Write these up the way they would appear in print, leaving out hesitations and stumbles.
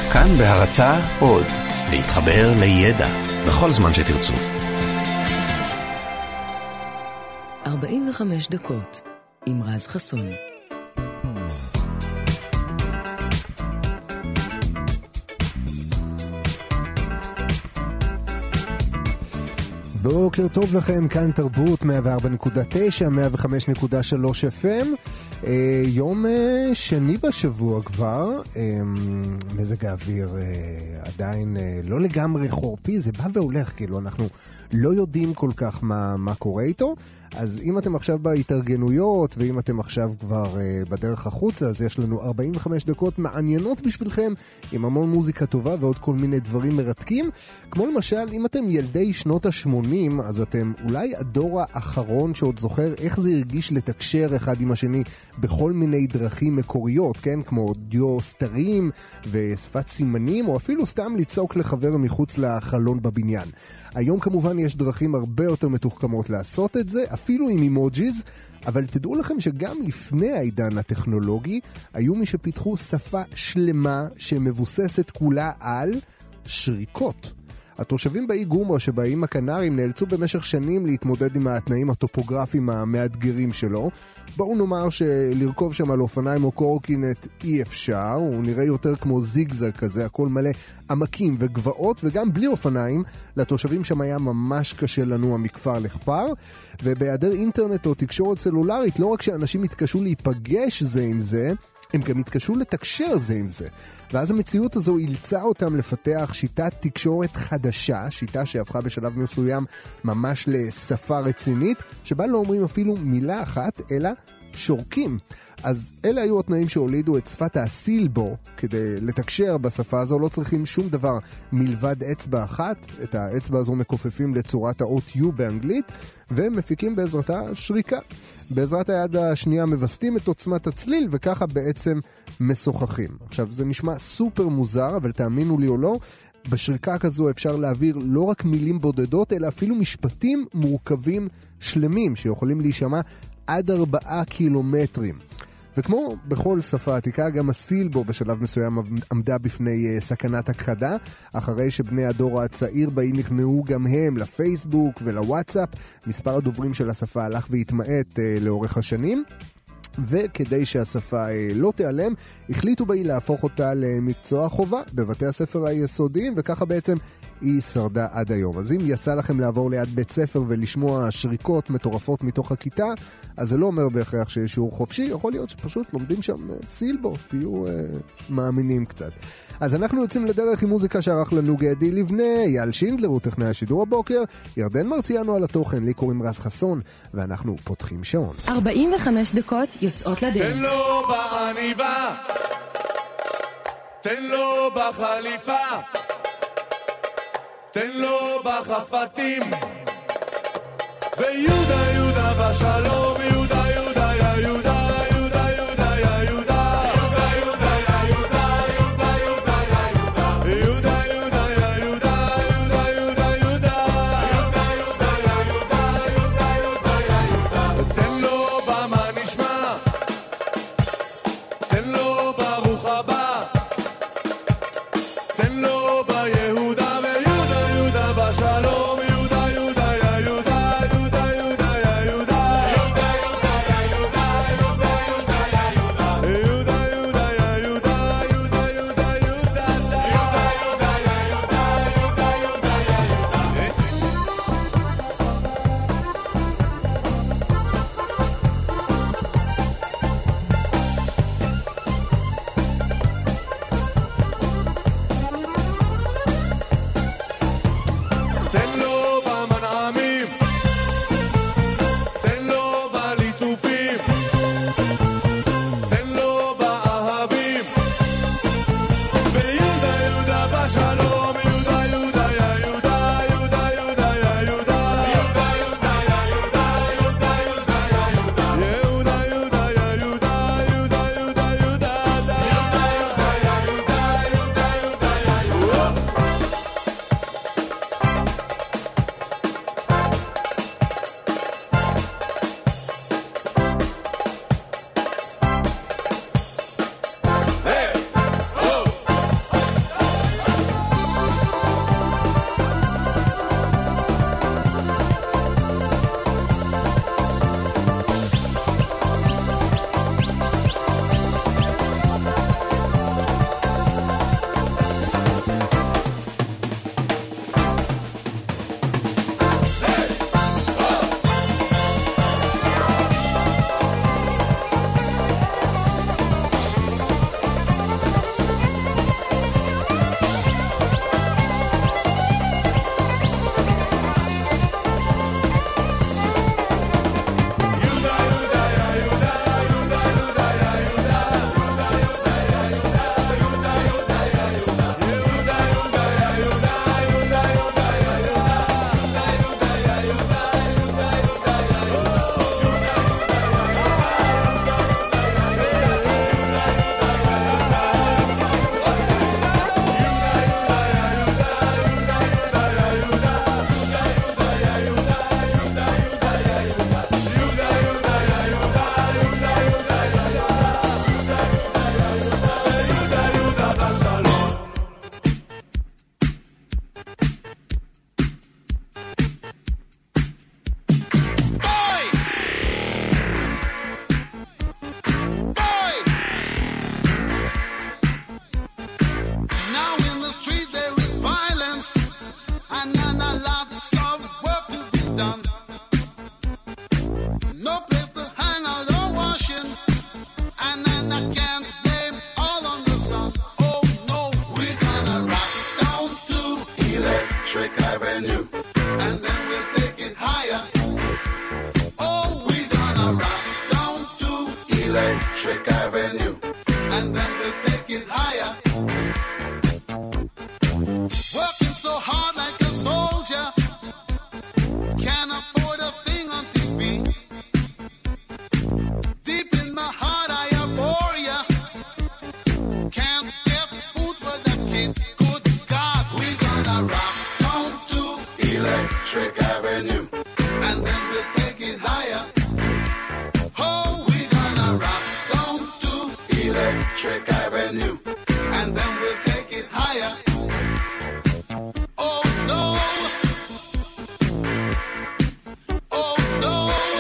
כאן בהרצאה עוד, להתחבר לידע בכל זמן שתרצו. 45 דקות עם רז חסון. בוקר טוב לכם, כאן תרבות 104.9, 105.3 FM. יום שני בשבוע כבר, מזג האוויר עדיין לא לגמרי חורפי, זה בא והולך, כאילו אנחנו לא יודעים כל כך מה קורה איתו. אז אם אתם עכשיו בהתארגנויות, ואם אתם עכשיו כבר בדרך החוצה, אז יש לנו 45 דקות מעניינות בשבילכם, עם המון מוזיקה טובה ועוד כל מיני דברים מרתקים. כמו למשל, אם אתם ילדי שנות ה-80, אז אתם אולי הדור האחרון שעוד זוכר איך זה הרגיש לתקשר אחד עם השני בכל מיני דרכים מקוריות, כן? כמו דיו סתרים ושפת סימנים, או אפילו סתם לצעוק לחבר מחוץ לחלון בבניין. היום כמובן יש דרכים הרבה יותר מתוחכמות לעשות את זה, אפילו עם אימוג'יז, אבל תדעו לכם שגם לפני העידן הטכנולוגי, היו מי שפיתחו שפה שלמה שמבוססת כולה על שריקות. התושבים באי גומרה שבאים הקנרים נאלצו במשך שנים להתמודד עם התנאים הטופוגרפיים המאתגרים שלו. בואו נאמר שלרכוב שם על אופניים או קורקינט אי אפשר, הוא נראה יותר כמו זיגזג כזה, הכל מלא עמקים וגבעות, וגם בלי אופניים לתושבים שם היה ממש קשה לנוע מכפר לכפר, ובהיעדר אינטרנט או תקשורת סלולרית לא רק שאנשים התקשו להיפגש זה עם זה, הם גם התקשו לתקשר זה עם זה. ואז המציאות הזו אילצה אותם לפתח שיטת תקשורת חדשה, שיטה שהפכה בשלב מסוים ממש לשפה רצינית, שבה לא אומרים אפילו מילה אחת, אלא שורקים. אז אלה היו התנאים שהולידו את שפת הסילבו. כדי לתקשר בשפה הזו לא צריכים שום דבר מלבד אצבע אחת. את האצבע הזו מכופפים לצורת האות U באנגלית, והם מפיקים בעזרתה שריקה. בעזרת היד השנייה מבסטים את עוצמת הצליל, וככה בעצם משוחחים. עכשיו, זה נשמע סופר מוזר, אבל תאמינו לי או לא, בשריקה כזו אפשר להעביר לא רק מילים בודדות, אלא אפילו משפטים מורכבים שלמים, שיכולים להישמע עד 4 קילומטרים. וכמו בכל שפה עתיקה, גם הסילבו בשלב מסוים עמדה בפני סכנת הכחדה, אחרי שבני הדור הצעיר באי נכנעו גם הם לפייסבוק ולוואטסאפ. מספר הדוברים של השפה הלך והתמעט לאורך השנים, וכדי שהשפה לא תיעלם, החליטו באי להפוך אותה למקצוע חובה בבתי הספר היסודיים, וככה בעצם היא שרדה עד היום. אז אם יצא לכם לעבור ליד בית ספר ולשמוע שריקות מטורפות מתוך הכיתה, אז זה לא אומר בהכרח שיש שיעור חופשי, יכול להיות שפשוט לומדים שם סילבו, תהיו מאמינים קצת. אז אנחנו יוצאים לדרך עם מוזיקה שערך לנו גדי לבנה, יעל שינדלר הוא טכנאי השידור הבוקר, ירדן מרציאנו על התוכן, לי קוראים רז חסון, ואנחנו פותחים שעון. 45 דקות יוצאות לדרך. תן לו בעניבה, תן לו בחליפה, תן לו בחפתים, ויהודה יהודה בשלום, יהודה יהודה יא יהודה, יהודה יהודה יא יהודה, יהודה יהודה יא יהודה, יהודה יהודה יא יהודה, יהודה יהודה יא יהודה, יהודה יהודה יהודה, יהודה יהודה יא יהודה, יהודה יהודה יא יהודה. תן לו במה נשמע, תן לו ברוך הבא, תן לו ביהודה ויהודה יהודה בשלום, יהודה יהודה יא יהודה, יהודה יהודה יא יהודה, יהודה Electric Avenue, and then we'll take it higher. Oh, we're gonna rock down to Electric Avenue, and then we'll take it higher. Working so hard like a soldier, can't afford a thing on TV. Deep in my heart I abhor ya. Can't get food for the kid. Good God, we're gonna rock down to Electric Avenue, and then we'll take it higher. Oh, we're gonna rock down to Electric Avenue, and then we'll take it higher. Oh no. Oh no.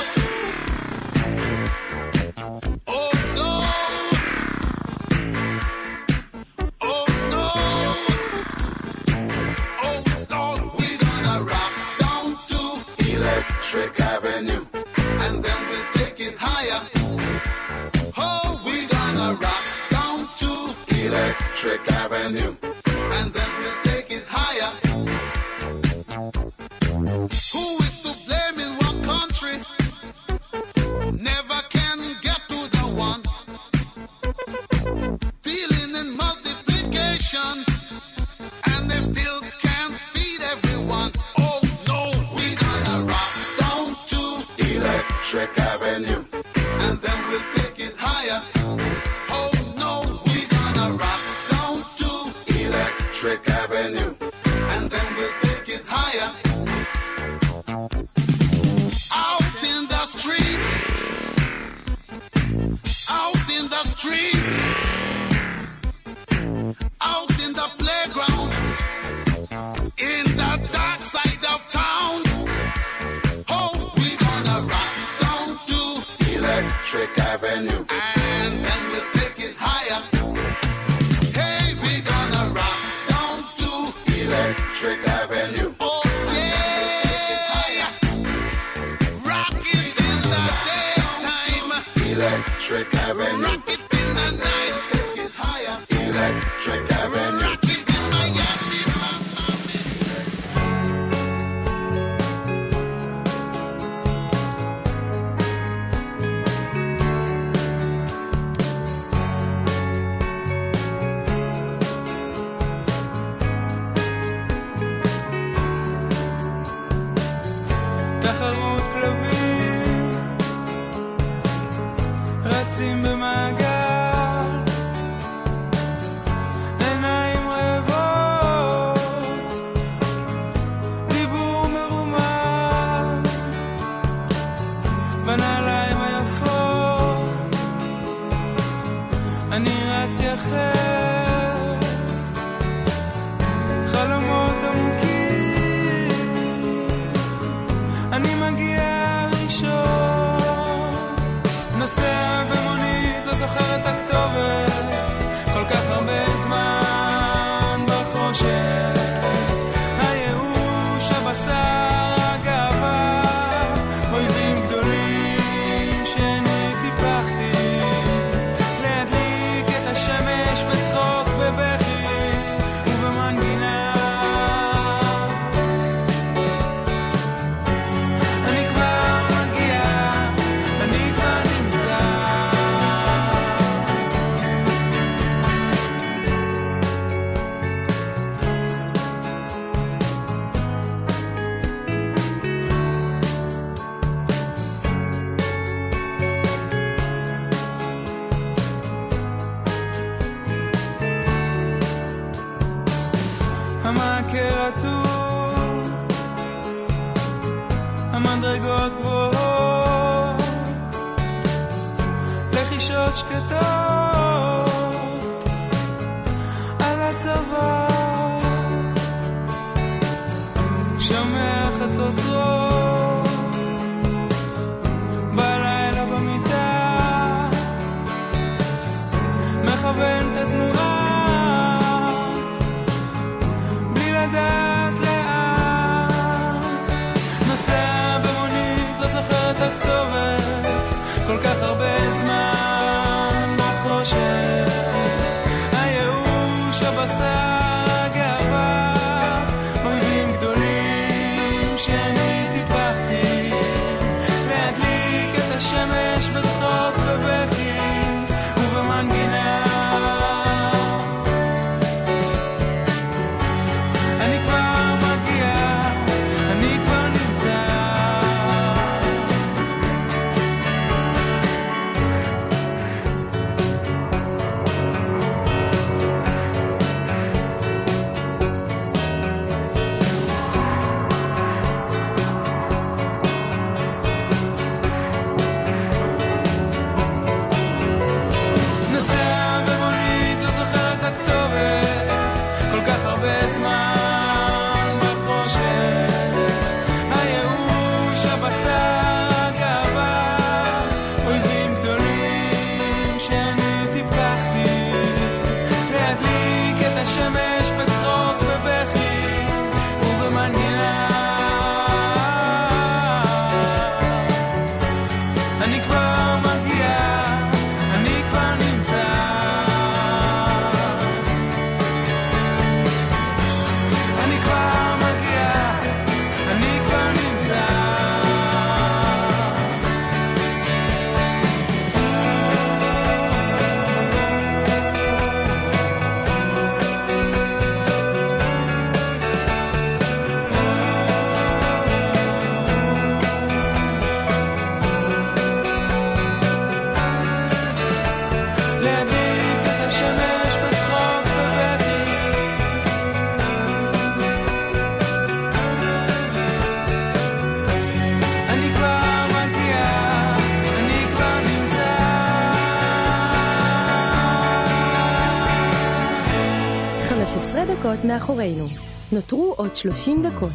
Oh no. Oh no. Oh Lord, we're gonna rock down to Electric Avenue, and then we'll take it higher. Oh, we're gonna rock down to Electric Avenue, and then we'll take it higher. Who is to blame in what country? Never can get to the one. Dealing in multiplication, and they still can't feed everyone. Oh no, we're gonna rock down to Electric Avenue, and then we'll take it higher. Oh no, we're gonna rock down to Electric Avenue, and then we'll take it higher. Out in the street, out in the street, out in the playground, in the dark side of town. Oh, we're gonna rock down to Electric Avenue, and then we'll take it higher. Hey, we're gonna rock down to Electric Avenue. Oh yeah, rock it in the daytime, Electric Avenue. Rock it in the night, take it higher, Electric Avenue. Rock it in Miami. תחרות כלבים רצים במעגל, עיניים רעבות, דיבור מרומז, בנעליים היפות אני רץ יחף, חלומות עמוקים אני מגיע ראשון, נוסע במונית, לא זוכר את הכתובת, כל כך הרבה זמן בחושך, הייאוש, הבשר, הגאווה, אויבים גדולים שאני טיפחתי, להדליק את השמש בצחוק, בבכי ובמנגינה. אני כבר מגיע, אני כבר נמצא, המעקה רטוב, המדרגות גבוהות, לחישות שקטות על הצבא, שומע חצוצרות בלילה במיטה, מכוון את התנועה בלי לדעת לאן, נוסע במונית, לא זוכר את הכתובת, כל כך הרבה זמן בחושך, הייאוש, הבשר, הגאווה, אויבים גדולים 15 דקות מאחורינו. נותרו עוד 30 דקות.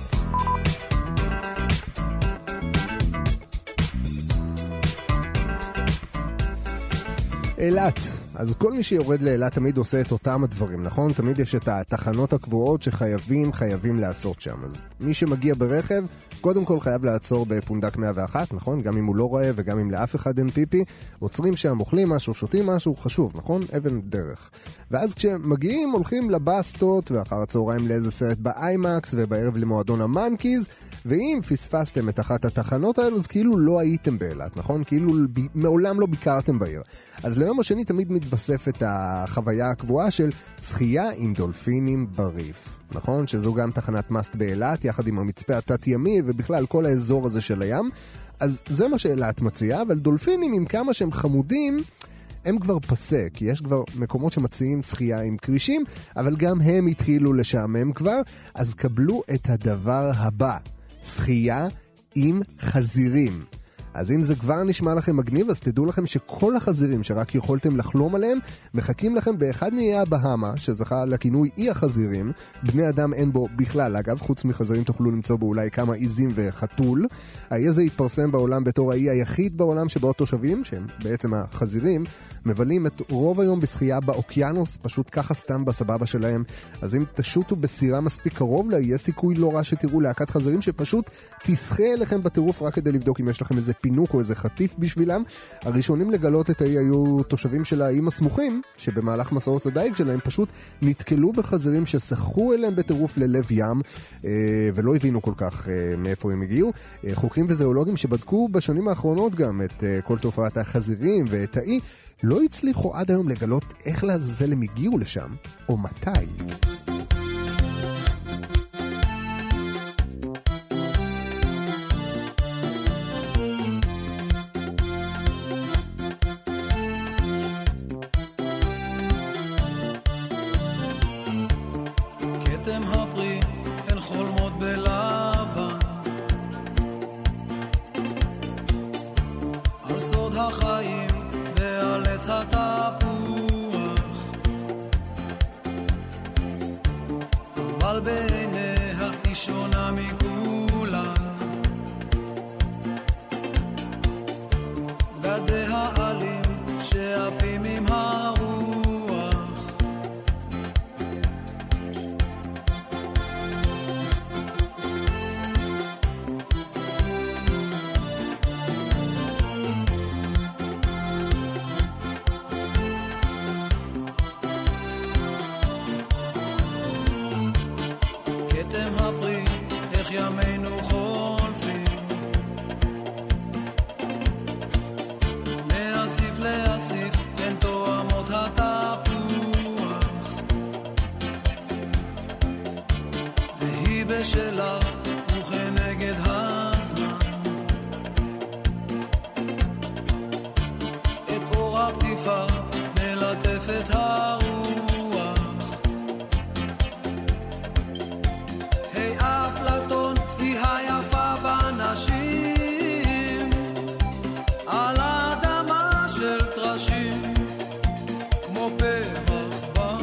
אילת. אז כל מי שיורד לאילת תמיד עושה את אותם הדברים, נכון? תמיד יש את התחנות הקבועות שחייבים לעשות שם. אז מי שמגיע ברכב, קודם כל חייב לעצור בפונדק 101, נכון? גם אם הוא לא רואה וגם אם לאף אחד אין פיפי, עוצרים שם, אוכלים משהו, שותים משהו, חשוב, נכון? אבן דרך. ואז כשמגיעים, הולכים לבסטות, ואחר הצהריים לאיזה סרט באיימקס, ובערב למועדון המנקיז, ואם פספסתם את אחת התחנות האלו, אז כאילו לא הייתם באילת, נכון? כאילו מעולם לא ביקרתם בעיר. אז ליום השני תמיד מתווסף את החוויה הקבועה של שחייה עם דולפינים בריף, נכון? שזו גם תחנת מסט באילת, יחד עם המצפה התת-ימי, ובכלל כל האזור הזה של הים. אז זה מה שאילת מציעה, אבל דולפינים עם כמה שהם חמודים, הם כבר פסה, כי יש כבר מקומות שמציעים שחייה עם קרישים, אבל גם הם התחילו לשעמם כבר, אז קבלו את הדבר הבא, שחייה עם חזירים. אז אם זה כבר נשמע לכם מגניב, אז תדעו לכם שכל החזירים שרק יכולתם לחלום עליהם, מחכים לכם באחד מאיי הבהמה, שזכה לכינוי אי החזירים. בני אדם אין בו בכלל, אגב, חוץ מחזירים תוכלו למצוא בו אולי כמה עיזים וחתול. האי הזה התפרסם בעולם בתור האי היחיד בעולם שבו תושבים, שהם בעצם החזירים, מבלים את רוב היום בשחייה באוקיינוס, פשוט ככה סתם בסבבה שלהם. אז אם תשוטו בסירה מספיק קרוב לה, יהיה סיכוי לא רע שתראו להקת חזירים שפשוט תשחה אליכם בטירוף רק כדי לבדוק אם יש לכם איזה פינוק או איזה חטיף בשבילם. הראשונים לגלות את האי היו תושבים של האיים הסמוכים, שבמהלך מסעות הדייג שלהם פשוט נתקלו בחזירים ששחו אליהם בטירוף ללב ים, ולא הבינו כל כך מאיפה הם הגיעו. חוקרים וזואולוגים שבדקו בשנים האחרונות גם את כל תופעת החזירים ואת האי, לא הצליחו עד היום לגלות איך לעזאזל הם הגיעו לשם, או מתי. כתם הפרי הן חולמות בלבן, על סוד החיים ועל עץ התפוח, אבל בעיניה היא שונה מכולן. בגדי העלים שעפים עם הרוח, כתם הפרי איך ימינו חולפים, מאסיף לאסיף הן תואמות התפוח, והיא בשלה וכנגד הזמן, את אור הקטיפה מלטף את הרוח. אפלטון היא היפה בנשים, על האדמה של טרשים, כמו פרח בר,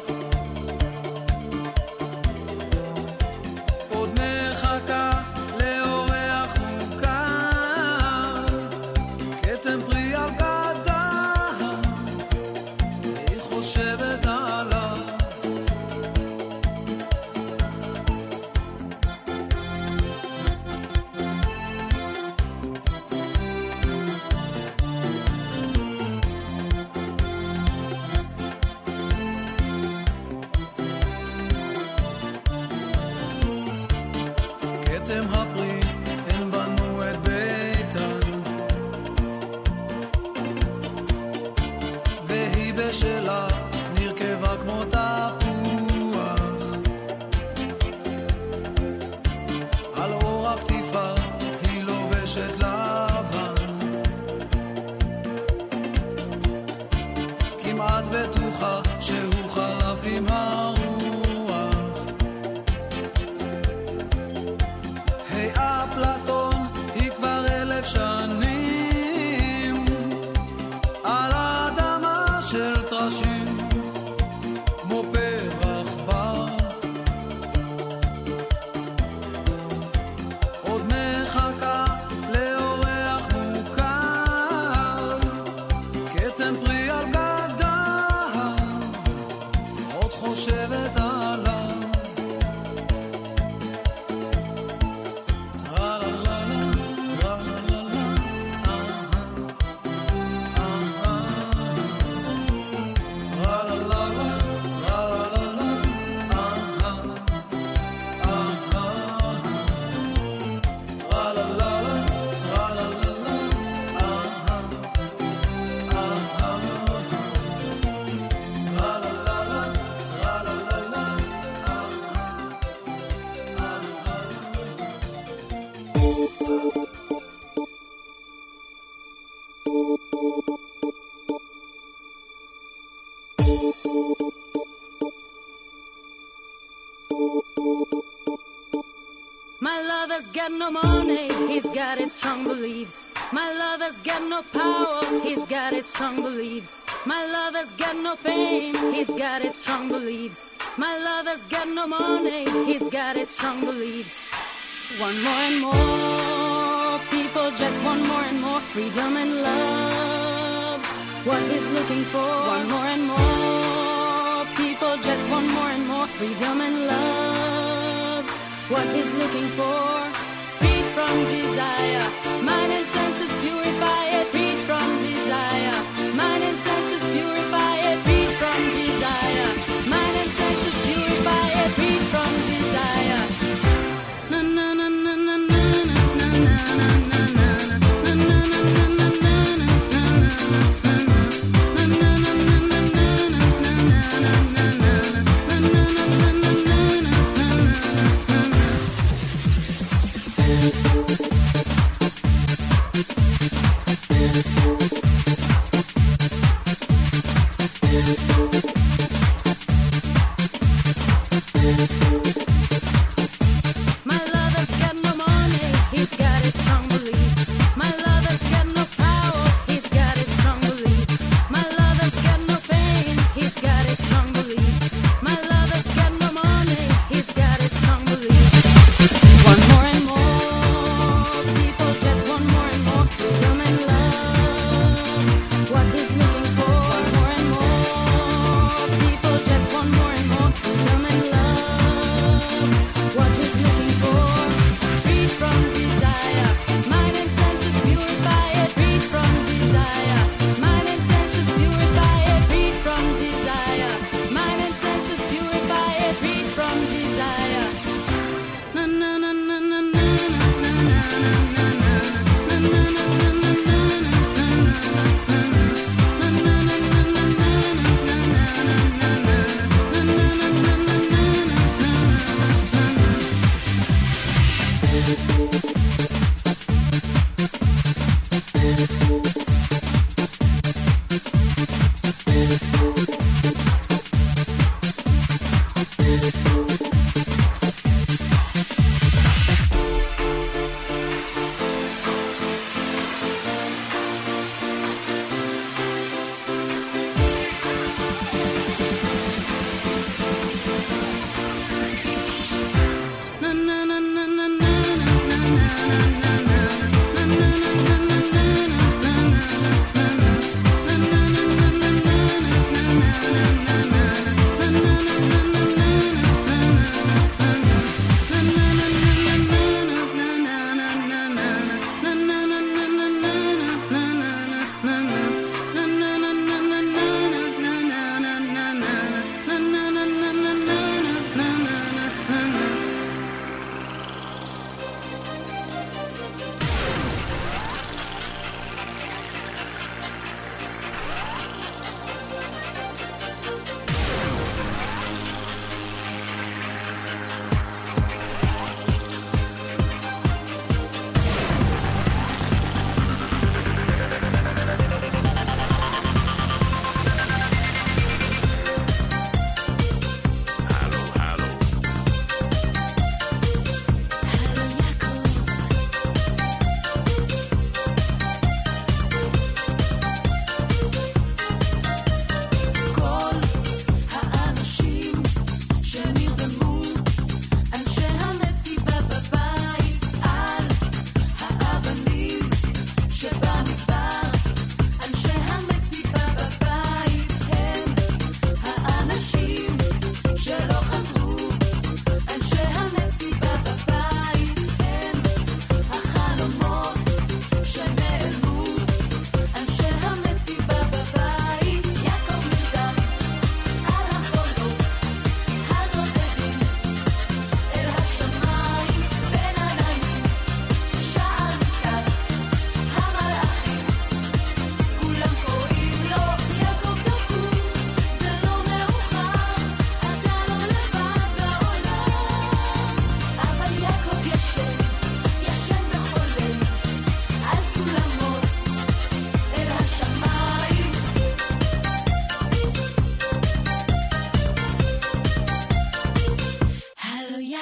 עוד מחכה לאורח מוכר, כתם פרי על גדה, היא חושבת עליו. כתם הפרי הן בנו את ביתן, והיא בשלה נרכבה כמו תפוח, על אור הקטיפה היא לובשת לבן, כמעט בטוחה שהוא חלף עם הרוח. היי My lover's got no money, he's got his strong beliefs. My lover's got no power, he's got his strong beliefs. My lover's got no fame, he's got his strong beliefs. My lover's got no money, he's got his strong beliefs. Want more and more, people just want more and more freedom and love. What he's looking for, want more and more, people just want more and more freedom and love. What he's looking for, freed from desire, mind and senses purify it, freed from desire, mind and senses purify it, freed from desire, mind and senses purify it, freed from desire. Na na na na na na na na na na na. My lover's got no money, he's got his strong beliefs. My lover's got no power, he's got his strong beliefs. My lover's got no fame, he's got his strong beliefs. My lover's got no money, he's got his strong beliefs. Want more and more, people just want more and more freedom and love. What he's looking for, want more and more, people just want more and more freedom and love.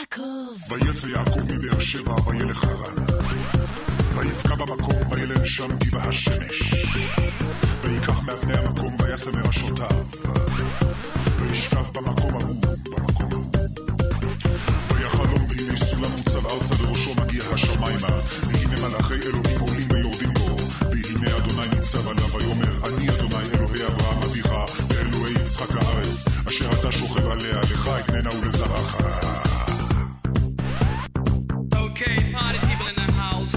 יעקב. ויצא יעקב מבאר שבע וילך הרן, ויבקע במקום וילן שם גבעה השמש, ויקח מאבני המקום ויעשה מראשותיו, וישכב במקום ההוא, ויחלום והנה סולם מוצב ארצה וראשו מגיע השמיימה, והנה מלאכי אלוהים עולים ויורדים בו, והנה אדוני ניצב עליו ויאמר, אני אדוני אלוהי אברהם אביך ואלוהי יצחק הארץ אשר אתה שוכב עליה, לך אתננה ולזרעך. Okay, party people in the house.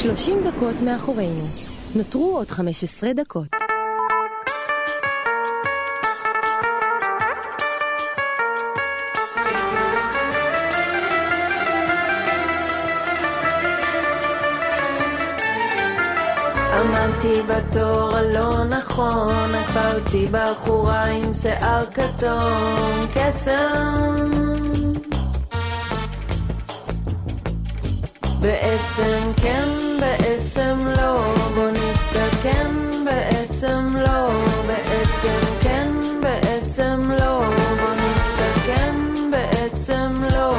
30 דקות מאחורינו. נותרו עוד 15 דקות. עמדתי בתור הלא נכון, עקפה אותי בחורה עם שיער כתום, קסם. בעצם כן, בעצם לא, בוא נסתכן, בעצם לא, בעצם כן, בעצם לא, בוא נסתכן, בעצם לא.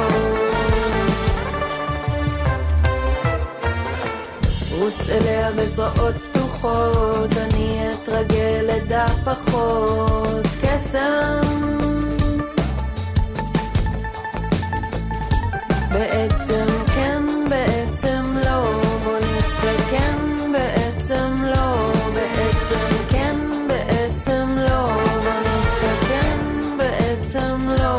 רוץ אליה בזרועות פתוחות, אני אתרגל לדע פחות, קסם. בעצם כן, בעצם לא, בוא נסתכן, בעצם לא, בעצם כן, בעצם לא, בוא נסתכן, בעצם לא.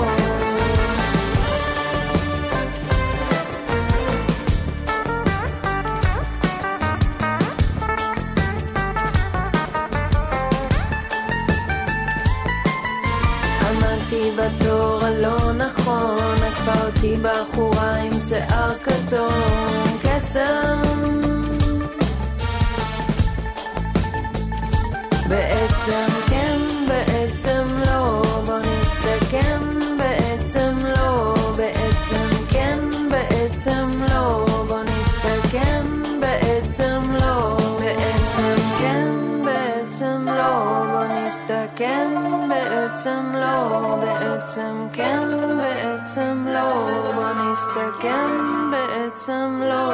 עמדתי בתור הלא נכון, עקפה אותי בחורה עם שיער כתום, קסם. בעצם כן, בעצם לא, בוא נסתכן, בעצם לא, בעצם כן, בעצם לא, בוא נסתכן, בעצם לא, בעצם כן, בעצם לא, בוא נסתכן, בעצם לא, בעצם כן, בעצם לא, בוא נסתכן, בעצם לא.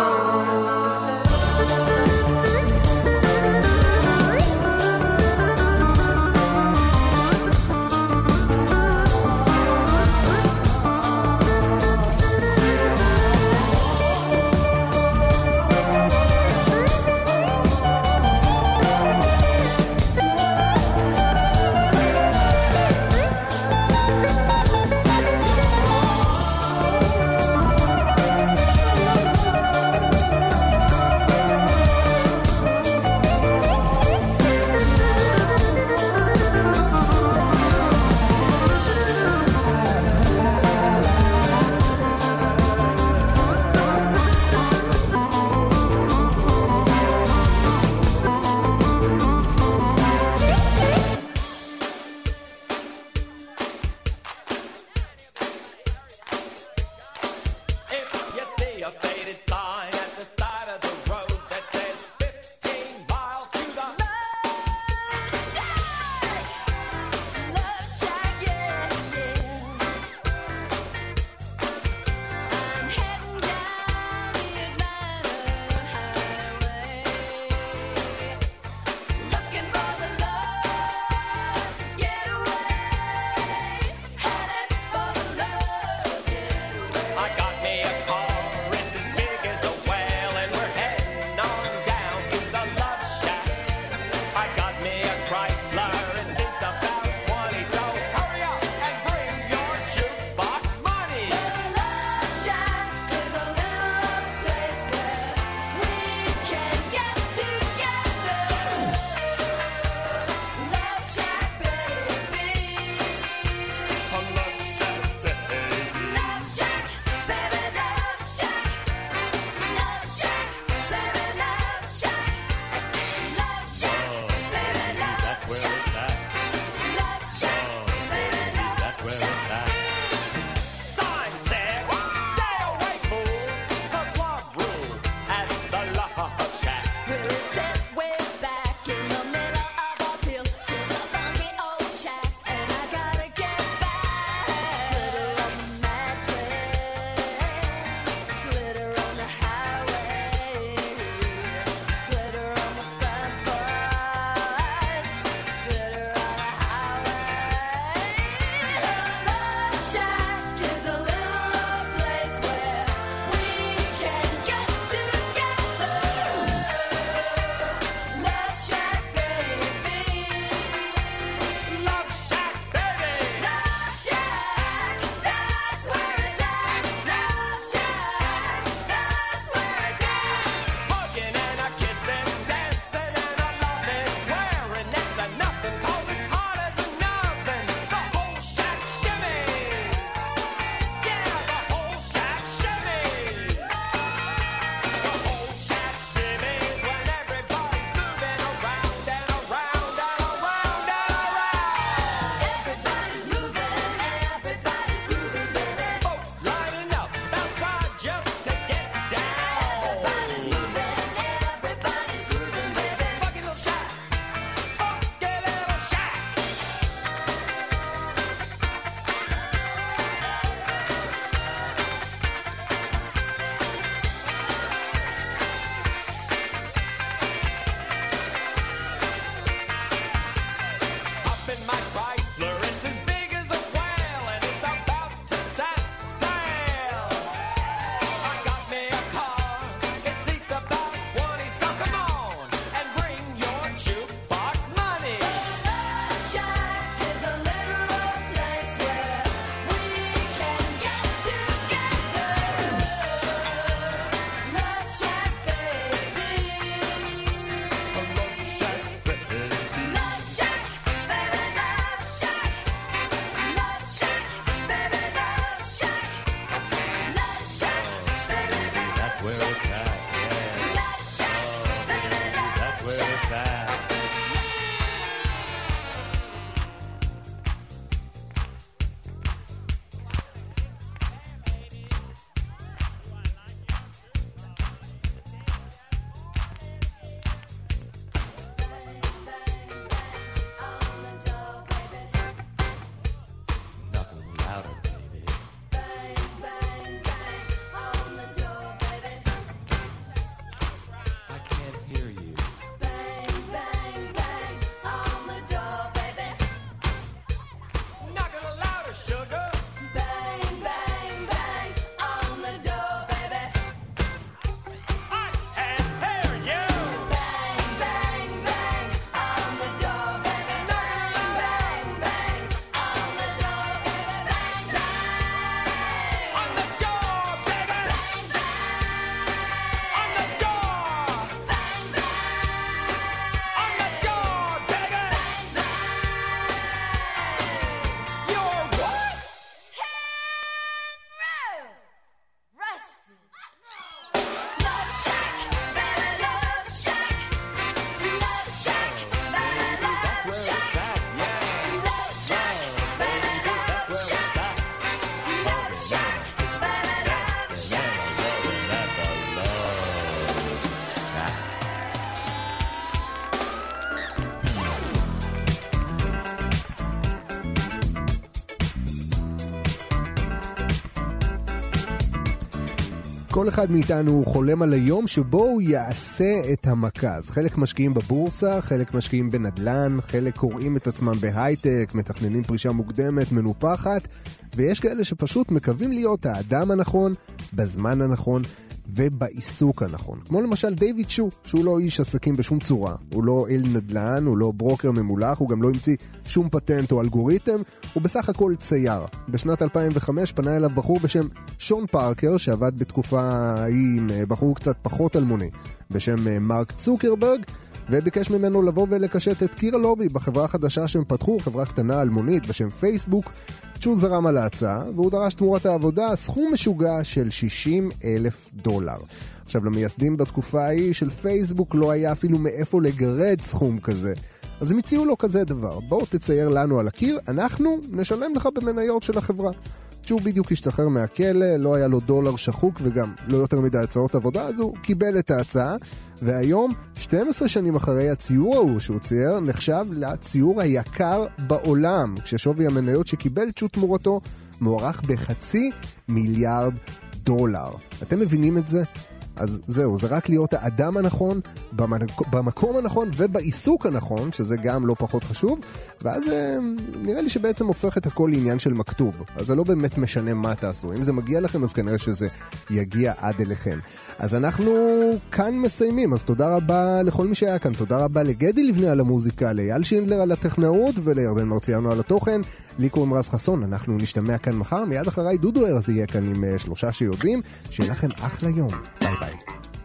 כל אחד מאיתנו חולם על היום שבו הוא יעשה את המכה. אז חלק משקיעים בבורסה, חלק משקיעים בנדלן, חלק קוראים את עצמם בהייטק, מתכננים פרישה מוקדמת, מנופחת, ויש כאלה שפשוט מקווים להיות האדם הנכון, בזמן הנכון ובעיסוק הנכון. כמו למשל דיוויד שו, שהוא לא איש עסקים בשום צורה. הוא לא אל נדלן, הוא לא ברוקר ממולח, הוא גם לא המציא שום פטנט או אלגוריתם, הוא בסך הכל צייר. בשנת 2005 פנה אליו בחור בשם שון פארקר, שעבד בתקופה ההיא עם בחור קצת פחות אלמוני, בשם מרק צוקרברג, וביקש ממנו לבוא ולקשט את קיר הלובי בחברה החדשה שהם פתחו, חברה קטנה אלמונית בשם פייסבוק. צ'ו זרם על ההצעה, והוא דרש תמורת העבודה סכום משוגע של $60,000. עכשיו, למייסדים בתקופה ההיא של פייסבוק לא היה אפילו מאיפה לגרד סכום כזה. אז הם הציעו לו כזה דבר, בואו תצייר לנו על הקיר, אנחנו נשלם לך במניות של החברה. צ'ו בדיוק השתחרר מהכלא, לא היה לו דולר שחוק וגם לא יותר מדי הצעות עבודה, אז הוא קיבל את ההצעה, והיום, 12 שנים אחרי הציור ההוא שהוא צייר, נחשב לציור היקר בעולם, כששווי המניות שקיבל צ'ו תמורתו מוערך $500,000,000. אתם מבינים את זה? אז זהו, זה רק להיות האדם הנכון, במקום הנכון ובעיסוק הנכון, שזה גם לא פחות חשוב, ואז נראה לי שבעצם הופך את הכל לעניין של מכתוב. אז זה לא באמת משנה מה תעשו. אם זה מגיע לכם, אז כנראה שזה יגיע עד אליכם. אז אנחנו כאן מסיימים, אז תודה רבה לכל מי שהיה כאן. תודה רבה לגדי לבנה על המוזיקה, לאייל שינדלר על הטכנאות ולירדן מרציאנו על התוכן. לי קוראים רז חסון, אנחנו נשתמע כאן מחר. מיד אחריי דודו ארז יהיה כאן עם 3 שיודעים. שיהיה לכם אחלה יום. ביי ביי.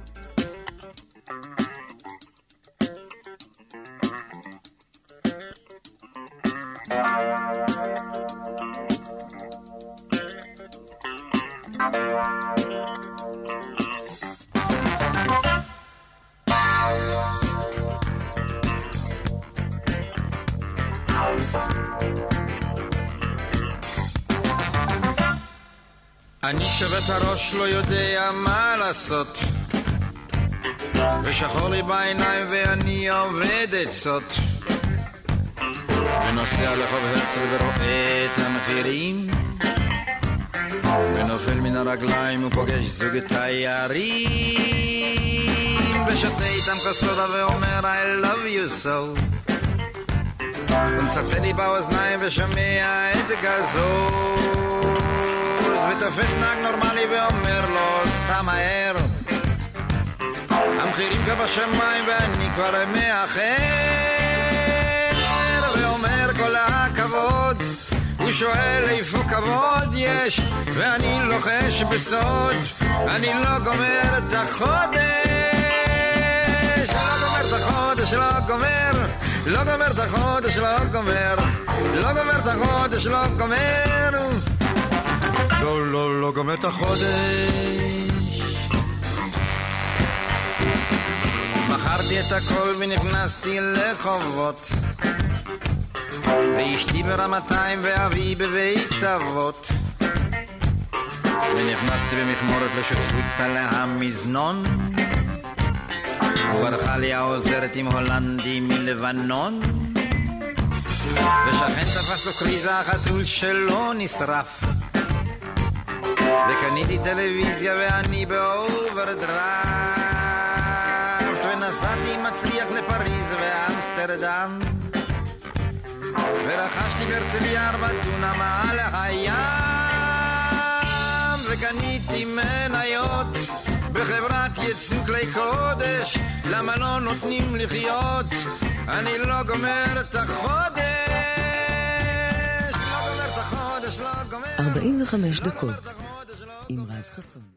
אני שבת הראש לא יודע מה לעשות, ושחור לי בעיניים ואני עובד עצות, ונוסע לחוב הרצל ורואה את המחירים, ונופל מן הרגליים ופוגש זוג תיירים, ושותה איתם כוסודה ואומר I love you so, ומצחצה לי באוזניים ושומע את גזוז, ותופס נהג נורמלי ואומר לו סע מהר, המחירים כבר בשמיים ואני כבר מאחר, ואומר כל הכבוד, הוא שואל איפה כבוד יש, ואני לוחש בסוד, אני לא גומר את החודש, לא גומר את החודש, לא גומר, לא גומר את החודש, לא גומר, לא גומר את החודש, לא גומר, לא גומר את החודש. מכרתי את הכל ונכנסתי לחובות, ואשתי ברמתיים ואבי בבית אבות, ונכנסתי במכמורת לשותפות על המזנון, וברכה לי העוזרת עם הולנדי מלבנון, ושכן תפס לו קריזה החתול שלו נשרף, וקניתי טלוויזיה ואני באוברדרפט, ונסעתי מצליח לפריז ואמסטרדם, ורכשתי בהרצליה 4 דונם על הים, וקניתי מניות בחברת ייצוא כלי קודש, למה לא נותנים לחיות, אני לא גומר את החודש, לא גומר את החודש, לא גומר 45 דקות עם רז חסון.